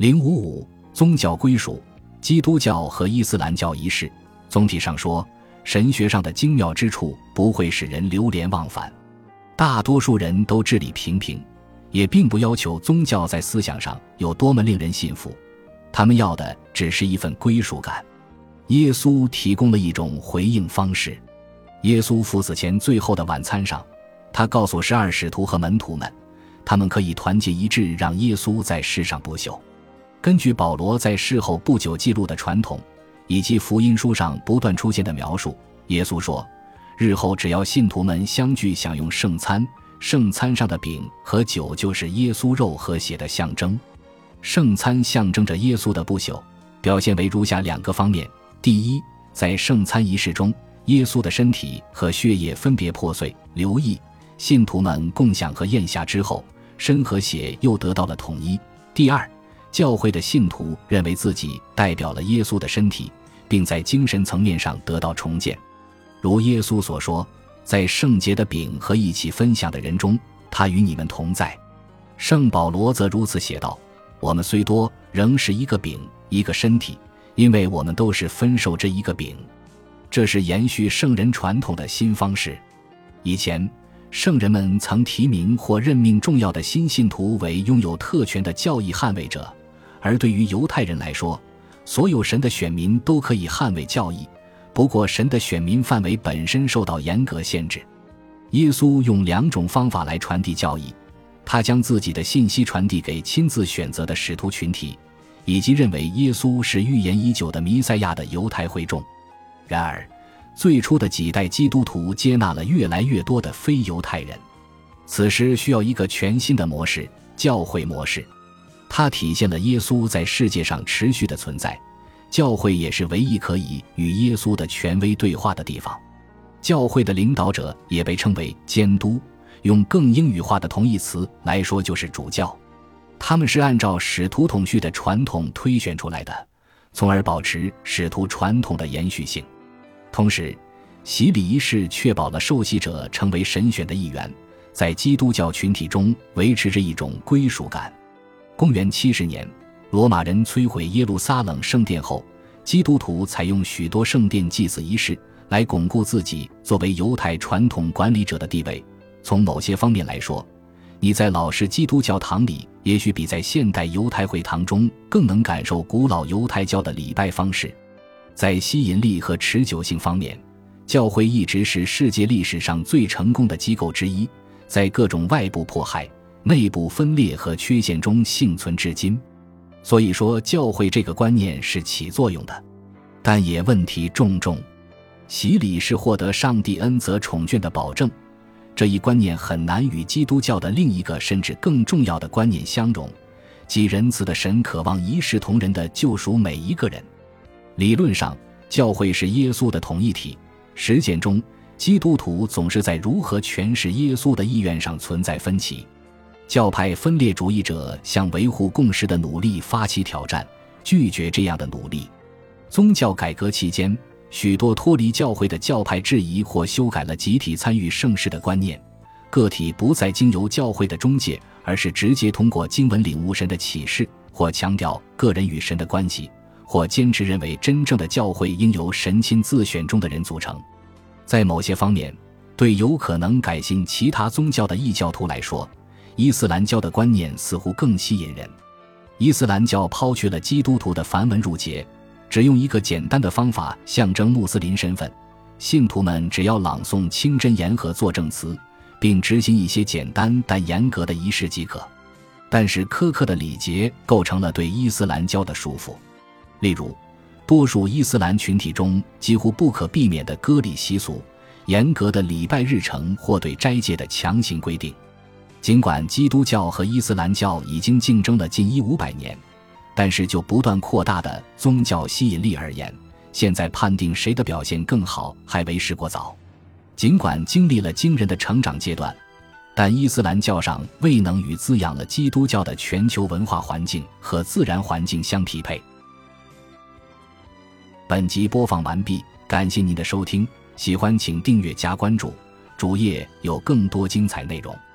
055宗教归属。基督教和伊斯兰教一事，总体上说，神学上的精妙之处不会使人流连忘返。大多数人都治理平平，也并不要求宗教在思想上有多么令人信服，他们要的只是一份归属感。耶稣提供了一种回应方式。耶稣赴死前最后的晚餐上，他告诉12使徒和门徒们，他们可以团结一致，让耶稣在世上不朽。根据保罗在事后不久记录的传统，以及福音书上不断出现的描述，耶稣说，日后只要信徒们相聚享用圣餐，圣餐上的饼和酒就是耶稣肉和血的象征。圣餐象征着耶稣的不朽，表现为如下2个方面。第一，在圣餐仪式中，耶稣的身体和血液分别破碎流溢，信徒们共享和咽下之后，身和血又得到了统一。第二，教会的信徒认为自己代表了耶稣的身体，并在精神层面上得到重建。如耶稣所说，在圣洁的饼和一起分享的人中，他与你们同在。圣保罗则如此写道，我们虽多，仍是一个饼，一个身体，因为我们都是分受这一个饼。这是延续圣人传统的新方式。以前圣人们曾提名或任命重要的新信徒为拥有特权的教义捍卫者，而对于犹太人来说，所有神的选民都可以捍卫教义，不过神的选民范围本身受到严格限制。耶稣用2种方法来传递教义，他将自己的信息传递给亲自选择的使徒群体，以及认为耶稣是预言已久的弥赛亚的犹太会众。然而最初的几代基督徒接纳了越来越多的非犹太人，此时需要一个全新的模式，教会模式。它体现了耶稣在世界上持续的存在，教会也是唯一可以与耶稣的权威对话的地方。教会的领导者也被称为监督，用更英语化的同义词来说就是主教。他们是按照使徒统序的传统推选出来的，从而保持使徒传统的延续性。同时，洗礼仪式确保了受洗者成为神选的一员，在基督教群体中维持着一种归属感。公元70年，罗马人摧毁耶路撒冷圣殿后，基督徒采用许多圣殿祭祀仪式来巩固自己作为犹太传统管理者的地位。从某些方面来说，你在老式基督教堂里也许比在现代犹太会堂中更能感受古老犹太教的礼拜方式。在吸引力和持久性方面，教会一直是世界历史上最成功的机构之一，在各种外部迫害、内部分裂和缺陷中幸存至今。所以说，教会这个观念是起作用的，但也问题重重。洗礼是获得上帝恩泽宠眷的保证，这一观念很难与基督教的另一个甚至更重要的观念相容，即仁慈的神渴望一视同仁地救赎每一个人。理论上，教会是耶稣的统一体，实践中，基督徒总是在如何诠释耶稣的意愿上存在分歧。教派分裂主义者向维护共识的努力发起挑战，拒绝这样的努力。宗教改革期间，许多脱离教会的教派质疑或修改了集体参与圣事的观念，个体不再经由教会的中介，而是直接通过经文领悟神的启示，或强调个人与神的关系，或坚持认为真正的教会应由神亲自选中的人组成。在某些方面，对有可能改信其他宗教的异教徒来说，伊斯兰教的观念似乎更吸引人。伊斯兰教抛去了基督徒的繁文缛节，只用一个简单的方法象征穆斯林身份，信徒们只要朗诵清真言和作证词，并执行一些简单但严格的仪式即可。但是苛刻的礼节构成了对伊斯兰教的束缚。例如，多数伊斯兰群体中几乎不可避免的割礼习俗、严格的礼拜日程或对斋戒的强行规定。尽管基督教和伊斯兰教已经竞争了近1500年，但是就不断扩大的宗教吸引力而言，现在判定谁的表现更好还为时过早。尽管经历了惊人的成长阶段，但伊斯兰教上未能与滋养了基督教的全球文化环境和自然环境相匹配。本集播放完毕，感谢您的收听，喜欢请订阅加关注，主页有更多精彩内容。